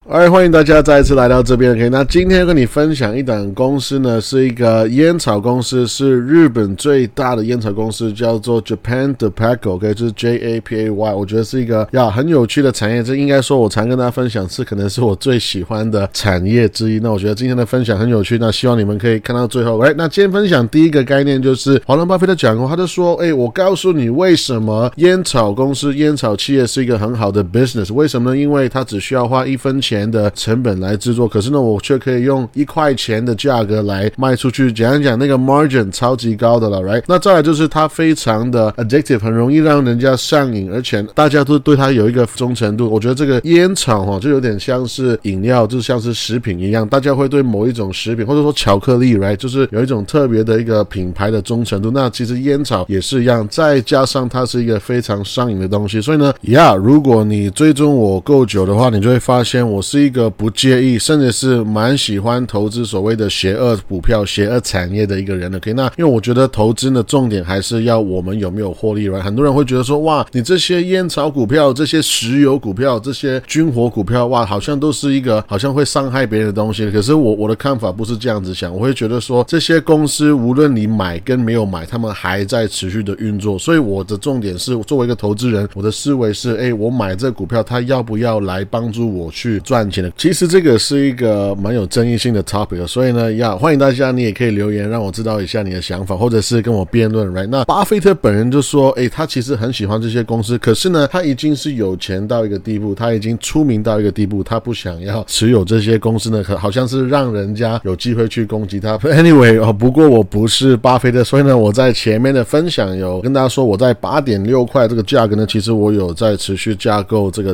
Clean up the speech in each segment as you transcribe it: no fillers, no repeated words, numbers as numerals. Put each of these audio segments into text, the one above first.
欢迎大家再一次来到这边。那今天跟你分享一档公司呢，是一个烟草公司，是日本最大的烟草公司，叫做 Japan Tobacco， 就是 JAPAY。 我觉得是一个很有趣的产业，这应该说我常跟大家分享，可能是我最喜欢的产业之一。那我觉得今天的分享很有趣，那希望你们可以看到最后。那今天分享第一个概念就是华伦巴菲特讲过，他就说我告诉你为什么烟草公司烟草企业是一个很好的 business。 为什么呢？因为它只需要花1分钱的成本来制作，可是呢我却可以用1块钱的价格来卖出去，讲一讲那个 margin 超级高的了 right？ 那再来就是它非常的 addictive， 很容易让人家上瘾，而且大家都对它有一个忠诚度。我觉得这个烟草就有点像是饮料，就像是食品一样，大家会对某一种食品或者说巧克力 right， 就是有一种特别的一个品牌的忠诚度。那其实烟草也是一样，再加上它是一个非常上瘾的东西，所以呢如果你追踪我够久的话，你就会发现我是一个不介意甚至是蛮喜欢投资所谓的邪恶股票邪恶产业的一个人了。那因为我觉得投资的重点还是要我们有没有获利。很多人会觉得说，哇，你这些烟草股票这些石油股票这些军火股票，哇，好像都是一个好像会伤害别人的东西。可是我的看法不是这样子想，我会觉得说这些公司无论你买跟没有买，他们还在持续的运作。所以我的重点是作为一个投资人，我的思维是我买这股票它要不要来帮助我去赚钱的。其实这个是一个蛮有争议性的 topic， 所以呢欢迎大家，你也可以留言让我知道一下你的想法，或者是跟我辩论 right？ 那巴菲特本人就说他其实很喜欢这些公司，可是呢他已经是有钱到一个地步，他已经出名到一个地步，他不想要持有这些公司呢，好像是让人家有机会去攻击他。 Anyway， 不过我不是巴菲特，所以呢我在前面的分享有跟大家说，我在 8.6 块这个价格呢，其实我有在持续架构这个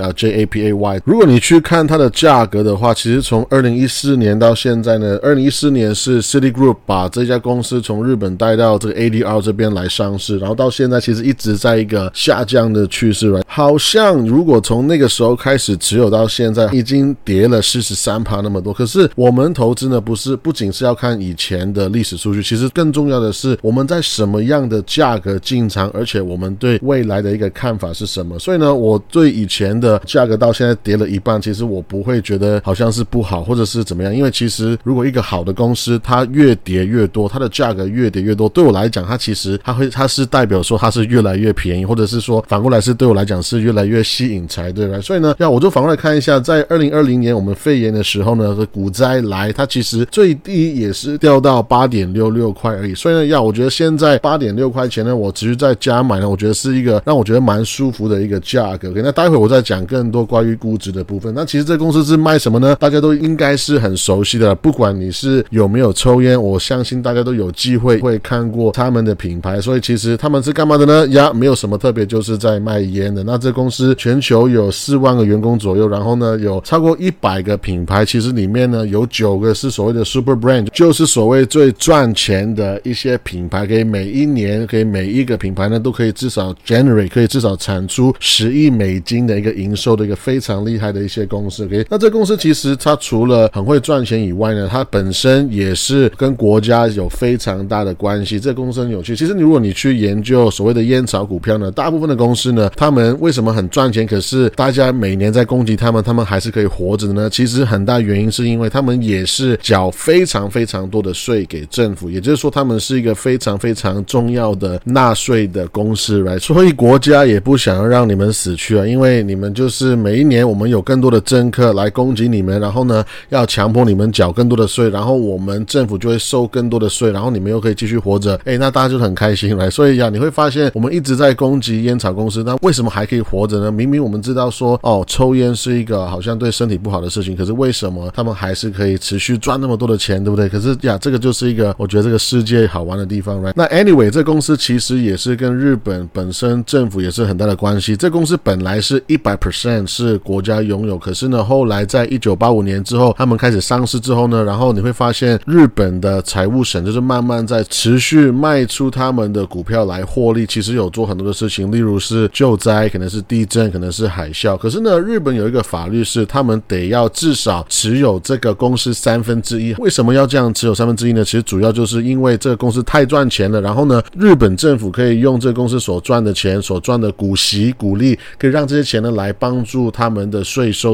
JAPAY。 如果你去看它的价格的话，其实从2014年到现在呢，2014年是 Citigroup 把这家公司从日本带到这个 ADR 这边来上市，然后到现在其实一直在一个下降的趋势，好像如果从那个时候开始持有到现在已经跌了 43% 那么多。可是我们投资呢不仅是要看以前的历史数据，其实更重要的是我们在什么样的价格进场，而且我们对未来的一个看法是什么。所以呢我对以前的价格到现在跌了一半，其实我不会觉得好像是不好或者是怎么样，因为其实如果一个好的公司它越跌越多，它的价格越跌越多，对我来讲它其实它是代表说它是越来越便宜，或者是说反过来是对我来讲是越来越吸引才对。所以呢我就反过来看一下，在2020年我们肺炎的时候呢，股灾来，它其实最低也是掉到 8.66 块而已。所以呢我觉得现在 8.6 块钱呢，我持续在加买呢，我觉得是一个让我觉得蛮舒服的一个价格。那待会我再讲更多关于估值的部分。那其实这公司是卖什么呢？大家都应该是很熟悉的，不管你是有没有抽烟，我相信大家都有机会会看过他们的品牌。所以其实他们是干嘛的呢？没有什么特别，就是在卖烟的。那这公司全球有4万个员工左右，然后呢有超过100个品牌，其实里面呢有9个是所谓的 super brand， 就是所谓最赚钱的一些品牌，可以每一年可以每一个品牌呢都可以至少 generate 可以至少产出10亿美金的一个营收的一个非常厉害的一些公司。那这公司其实它除了很会赚钱以外呢，它本身也是跟国家有非常大的关系。这公司很有趣，其实如果你去研究所谓的烟草股票呢，大部分的公司呢，他们为什么很赚钱，可是大家每年在攻击他们还是可以活着的呢？其实很大原因是因为他们也是缴非常非常多的税给政府，也就是说他们是一个非常非常重要的纳税的公司 right？ 所以国家也不想要让你们死去因为你们就是每一年我们有更多的政客来攻击你们，然后呢要强迫你们缴更多的税，然后我们政府就会收更多的税，然后你们又可以继续活着，那大家就很开心来。所以你会发现我们一直在攻击烟草公司，那为什么还可以活着呢？明明我们知道说抽烟是一个好像对身体不好的事情，可是为什么他们还是可以持续赚那么多的钱，对不对？可是这个就是一个我觉得这个世界好玩的地方 right？ 那 anyway 这公司其实也是跟日本本身政府也是很大的关系。这公司本来是 100% 是国家拥有，可是呢后来在1985年之后他们开始上市之后呢，然后你会发现日本的财务省就是慢慢在持续卖出他们的股票来获利，其实有做很多的事情，例如是救灾，可能是地震，可能是海啸。可是呢日本有一个法律是他们得要至少持有这个公司1/3。为什么要这样持有1/3呢？其实主要就是因为这个公司太赚钱了，然后呢日本政府可以用这个公司所赚的钱，所赚的股息股利，可以让这些钱呢来帮助他们的税收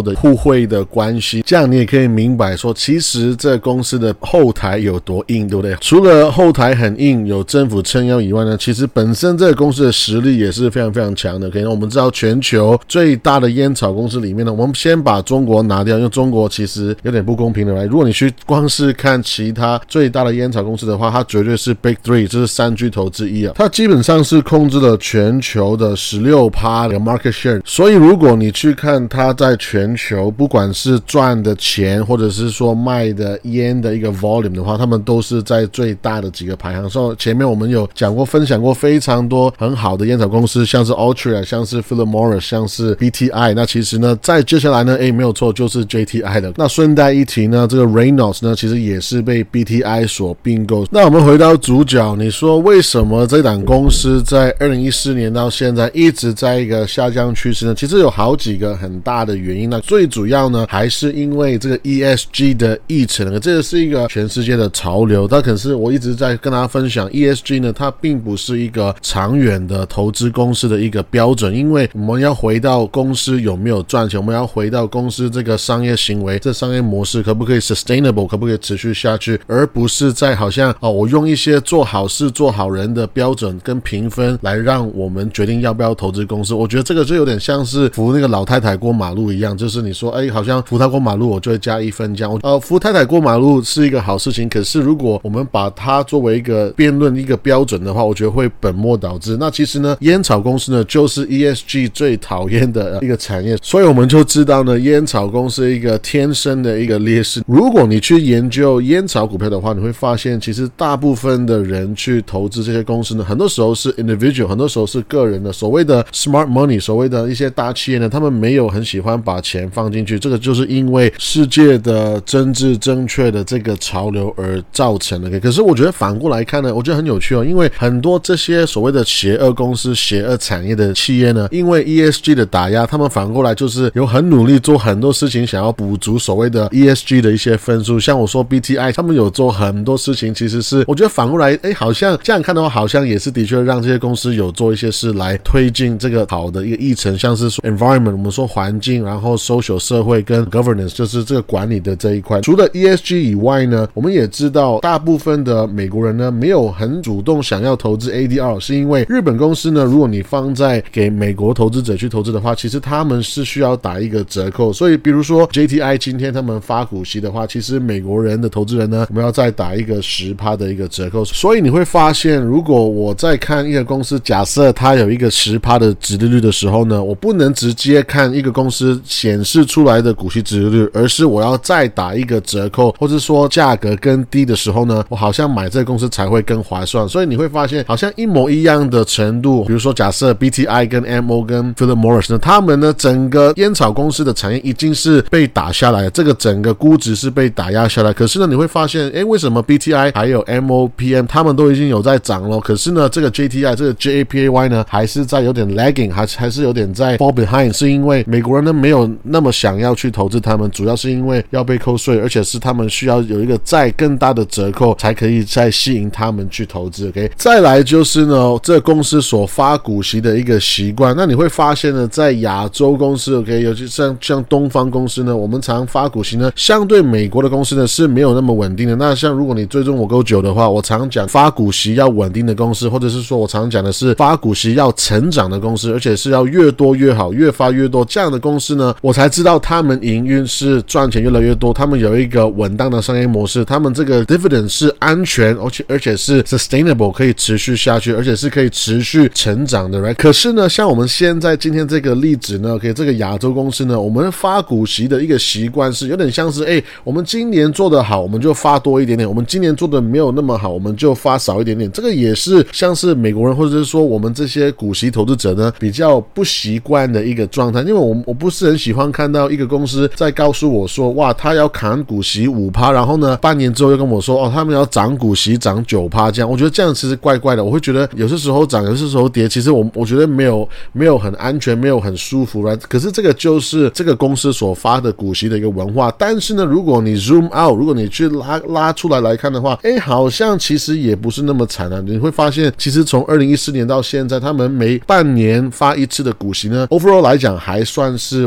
的互惠的关系，这样你也可以明白说其实这公司的后台有多硬，对不对？除了后台很硬有政府撑腰以外呢，其实本身这个公司的实力也是非常非常强的。那我们知道全球最大的烟草公司里面呢，我们先把中国拿掉，因为中国其实有点不公平的来。如果你去光是看其他最大的烟草公司的话，它绝对是 Big Three， 这是三巨头之一啊。它基本上是控制了全球的 16% 的 market share， 所以如果你去看它在全球不管是赚的钱或者是说卖的烟的一个 volume 的话，他们都是在最大的几个排行。所以前面我们有讲过分享过非常多很好的烟草公司，像是 Altria， 像是 Philip Morris， 像是 BTI。 那其实呢在接下来呢没有错，就是 JTI 的。那顺带一提呢，这个 Reynolds 呢其实也是被 BTI 所并购。那我们回到主角，你说为什么这档公司在2014年到现在一直在一个下降趋势呢？其实有好几个很大的原因。那最主要呢还是因为这个 ESG 的议程，这个是一个全世界的潮流。但可是我一直在跟大家分享 ESG 呢，它并不是一个长远的投资公司的一个标准，因为我们要回到公司有没有赚钱，我们要回到公司这个商业行为，这商业模式可不可以 sustainable， 可不可以持续下去，而不是在好像我用一些做好事做好人的标准跟评分来让我们决定要不要投资公司。我觉得这个就有点像是扶那个老太太过马路一样，就是你说好像扶她过马路我就会加1分这样。扶太太过马路是一个好事情，可是如果我们把它作为一个辩论一个标准的话，我觉得会本末倒置。那其实呢烟草公司呢就是 ESG 最讨厌的一个产业，所以我们就知道呢烟草公司一个天生的一个劣势。如果你去研究烟草股票的话，你会发现其实大部分的人去投资这些公司呢，很多时候是 individual， 很多时候是个人的所谓的 smart money， 所谓的一些大企业呢，他们没有很喜欢把钱放进去，这个就是因为世界的政治正确的这个潮流而造成的。可是我觉得反过来看呢，我觉得很有趣因为很多这些所谓的邪恶公司邪恶产业的企业呢，因为 ESG 的打压，他们反过来就是有很努力做很多事情想要补足所谓的 ESG 的一些分数。像我说 BTI 他们有做很多事情，其实是我觉得反过来好像这样看的话，好像也是的确让这些公司有做一些事来推进这个好的一个议程，像是说 environment， 我们说环境，然后 social 社会跟 governance， 就是这个管理的这一块。除了 ESG 以外呢，我们也知道大部分的美国人呢没有很主动想要投资 ADR， 是因为日本公司呢，如果你放在给美国投资者去投资的话，其实他们是需要打一个折扣。所以比如说 JTI 今天他们发股息的话，其实美国人的投资人呢，我们要再打一个 10% 的一个折扣。所以你会发现，如果我在看一个公司，假设它有一个 10% 的殖利率的时候呢，我不能直接看一个公司显示出来的股息殖利率，而是我要再打一个折扣，或者说价格更低的时候呢，我好像买这个公司才会更划算。所以你会发现好像一模一样的程度，比如说假设 BTI 跟 MO 跟 Philip Morris 呢，他们呢整个烟草公司的产业已经是被打下来，这个整个估值是被打压下来。可是呢你会发现为什么 BTI 还有 MOPM 他们都已经有在涨了，可是呢这个 JTI 这个 JAPAY 呢还是在有点 lagging， 还是有点在 fall behind， 是因为美国人呢没有那么想要去投资他们，主要是因为要被扣税，而且是他们需要有一个再更大的折扣才可以再吸引他们去投资。 OK， 再来就是呢这个公司所发股息的一个习惯。那你会发现呢在亚洲公司 OK， 尤其像东方公司呢，我们常发股息呢相对美国的公司呢是没有那么稳定的。那像如果你追踪我够久的话，我常讲发股息要稳定的公司，或者是说我常讲的是发股息要成长的公司，而且是要越多越好，越发越多，这样的公司呢我才知道他们营运是赚钱越来越多，他们有一个稳当的商业模式，他们这个 dividend 是安全，而且是 sustainable， 可以持续下去，而且是可以持续成长的 right？ 可是呢像我们现在今天这个例子呢 OK， 这个亚洲公司呢，我们发股息的一个习惯是有点像是我们今年做得好我们就发多一点点，我们今年做得没有那么好我们就发少一点点。这个也是像是美国人或者是说我们这些股息投资者呢比较不习惯的一个状态。因为我不是很喜欢看到一个公司在告诉我说哇他要砍股息 5%， 然后呢半年之后又跟我说他们要涨股息涨 9%， 这样我觉得这样其实怪怪的。我会觉得有些时候涨有些时候跌，其实我觉得没有很安全，没有很舒服 right？ 可是这个就是这个公司所发的股息的一个文化。但是呢如果你 zoom out， 如果你去拉出来看的话好像其实也不是那么惨啊。你会发现其实从2014年到现在，他们每半年发一次的股息呢 overall 来讲还算是稳定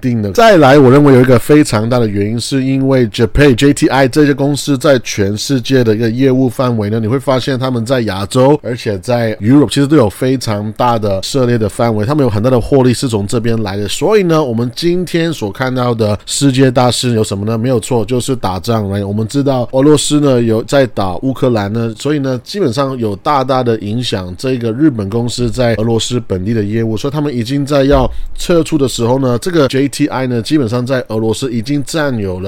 定的。再来我认为有一个非常大的原因，是因为 JTI 这些公司在全世界的一个业务范围呢，你会发现他们在亚洲而且在 Europe 其实都有非常大的涉猎的范围，他们有很大的获利是从这边来的。所以呢，我们今天所看到的世界大事有什么呢？没有错，就是打仗。我们知道俄罗斯呢有在打乌克兰呢，所以呢基本上有大大的影响这个日本公司在俄罗斯本地的业务，所以他们已经在要撤出的时候呢，这个 JTI 呢基本上在俄罗斯已经占有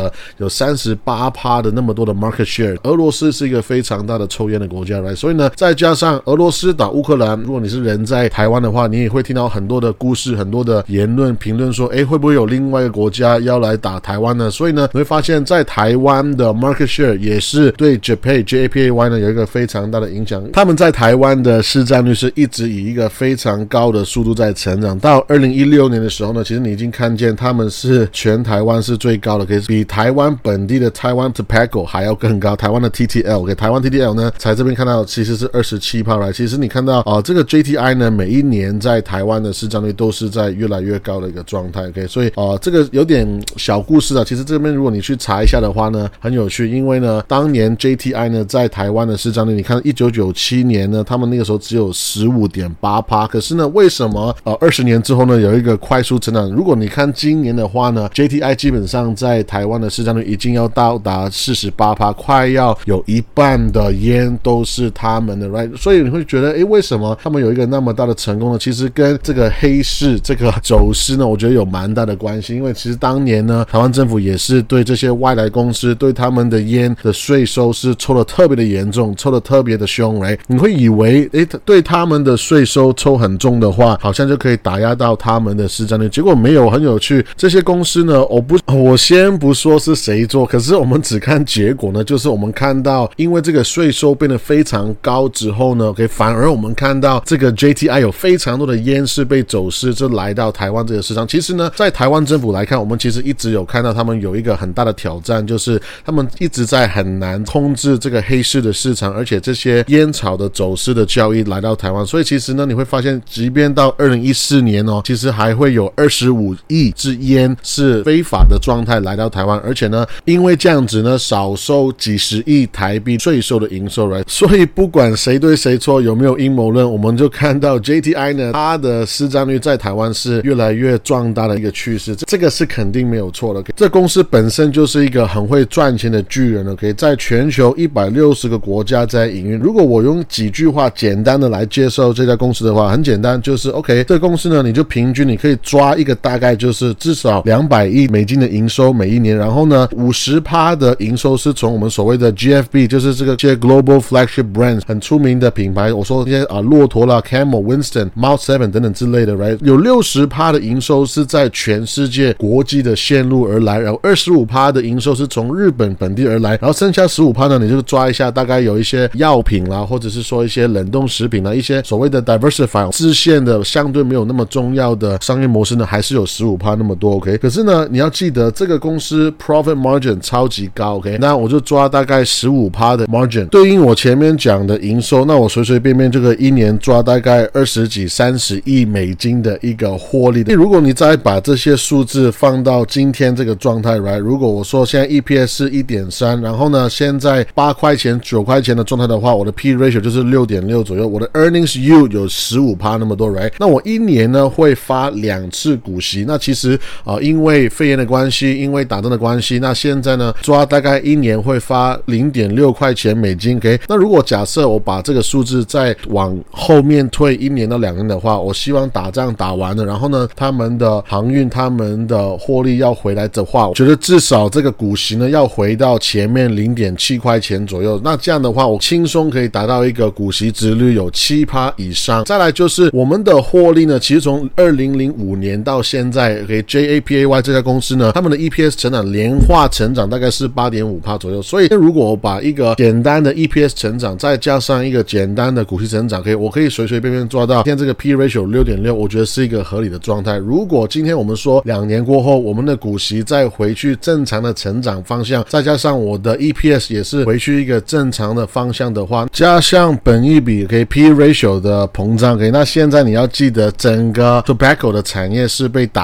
38% 的那么多的 market share。 俄罗斯是一个非常大的抽烟的国家，所以呢再加上俄罗斯打乌克兰，如果你是人在台湾的话，你也会听到很多的故事，很多的言论评论说会不会有另外一个国家要来打台湾呢？所以呢你会发现在台湾的 market share 也是对 JAPAY 呢有一个非常大的影响。他们在台湾的市占率是一直以一个非常高的速度在成长，到2016年的时候呢，其实你已经看见他们是全台湾是最高的，可以比台湾本地的台湾 Tobacco 还要更高，台湾的 TTL， 台湾 TTL 呢才这边看到其实是 27%， 其实你看到这个 JTI 呢每一年在台湾的市占率都是在越来越高的一个状态，所以这个有点小故事啊。其实这边如果你去查一下的话呢，很有趣，因为呢当年 JTI 呢在台湾的市占率，你看1997年呢他们那个时候只有 15.8%， 可是呢为什么20年之后呢有一个快速成长？如果你看今年的话呢， JTI 基本上在台湾的市占率已经要到达 48%， 快要有一半的烟都是他们的 right？ 所以你会觉得为什么他们有一个那么大的成功呢？其实跟这个黑市这个走私呢我觉得有蛮大的关系，因为其实当年呢台湾政府也是对这些外来公司对他们的烟的税收是抽得特别的严重，抽得特别的凶，你会以为对他们的税收抽很重的话好像就可以打压到他们的市占率，结果没有。很有趣，这些公司呢我先不说是谁做，可是我们只看结果呢，就是我们看到因为这个税收变得非常高之后呢反而我们看到这个 JTI 有非常多的烟是被走私就来到台湾这个市场。其实呢在台湾政府来看，我们其实一直有看到他们有一个很大的挑战，就是他们一直在很难控制这个黑市的市场，而且这些烟草的走私的交易来到台湾，所以其实呢你会发现即便到2014年其实还会有25亿支烟是非法的状态来到台湾，而且呢因为这样子呢少收几十亿台币税收的营收，所以不管谁对谁错，有没有阴谋论，我们就看到 JTI 呢它的市占率在台湾是越来越壮大的一个趋势，这个是肯定没有错的。这公司本身就是一个很会赚钱的巨人，在全球160个国家在营运。如果我用几句话简单的来介绍这家公司的话，很简单，就是 OK 这个公司呢你就平均你可以抓一个大概就是至少200亿美金的营收每一年，然后呢 50% 的营收是从我们所谓的 GFB， 就是这些 Global Flagship Brands 很出名的品牌，我说这些骆驼啦 Camel、Winston、Mount 7等等之类的，有 60% 的营收是在全世界国际的线路而来，然后 25% 的营收是从日本本地而来，然后剩下 15% 呢你就抓一下，大概有一些药品啦，或者是说一些冷冻食品啦，一些所谓的 diversify 支线的相对没有那么重要的商业模式呢还是有 15% 那么多 OK。 可是呢你要记得这个公司 profit margin 超级高 OK， 那我就抓大概 15% 的 margin 对应我前面讲的营收，那我随随便便这个一年抓大概20几30亿美金的一个获利的。如果你再把这些数字放到今天这个状态 right， 如果我说现在 EPS 是 1.3， 然后呢现在8块钱9块钱的状态的话，我的 P ratio 就是 6.6 左右，我的 earnings yield 有 15% 那么多 right， 那我一年呢会发2次股息，那其实因为肺炎的关系，因为打仗的关系，那现在呢抓大概一年会发 0.6 块钱美金 OK。 那如果假设我把这个数字再往后面推1年到2年的话，我希望打仗打完了，然后呢他们的航运他们的获利要回来的话，我觉得至少这个股息呢要回到前面 0.7 块钱左右，那这样的话我轻松可以达到一个股息殖率有 7% 以上。再来就是我们的获利呢，其实从2005年到现在 OK JAPAY 这家公司呢，他们的 EPS 成长年化成长大概是 8.5% 左右，所以如果我把一个简单的 EPS 成长再加上一个简单的股息成长，我可以随随便便抓到现在这个 P ratio 6.6， 我觉得是一个合理的状态。如果今天我们说2年过后我们的股息再回去正常的成长方向，再加上我的 EPS 也是回去一个正常的方向的话，加上本益比P ratio 的膨胀那现在你要记得整个 tobacco 的产业是被打压的状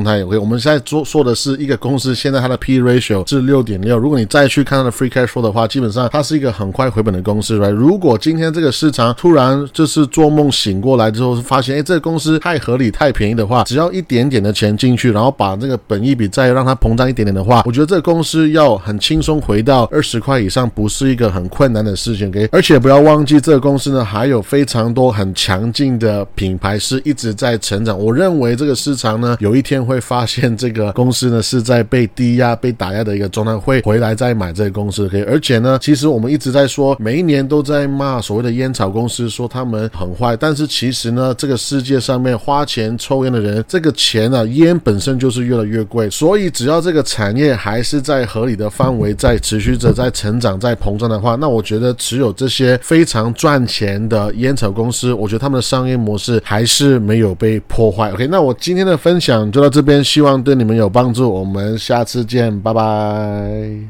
状态。OK， 我们现在说的是一个公司现在它的 P/E ratio 是 6.6， 如果你再去看它的 free cash flow 的话，基本上它是一个很快回本的公司 right？ 如果今天这个市场突然就是做梦醒过来之后发现这个公司太合理太便宜的话，只要一点点的钱进去，然后把这个本益比再让它膨胀一点点的话，我觉得这个公司要很轻松回到20块以上不是一个很困难的事情。 OK， 而且不要忘记这个公司呢还有非常多很强劲的品牌是一直在成长。我认为这个市场呢有一天会发现这个公司呢是在被低压被打压的一个状态，会回来再买这个公司。 OK， 而且呢其实我们一直在说每一年都在骂所谓的烟草公司说他们很坏，但是其实呢这个世界上面花钱抽烟的人，这个钱啊烟本身就是越来越贵，所以只要这个产业还是在合理的范围在持续着在成长在膨胀的话，那我觉得持有这些非常赚钱的烟草公司，我觉得他们的商业模式还是没有被破坏。 OK， 那我今天的分享就到这边，希望对你们有帮助，我们下次见，拜拜。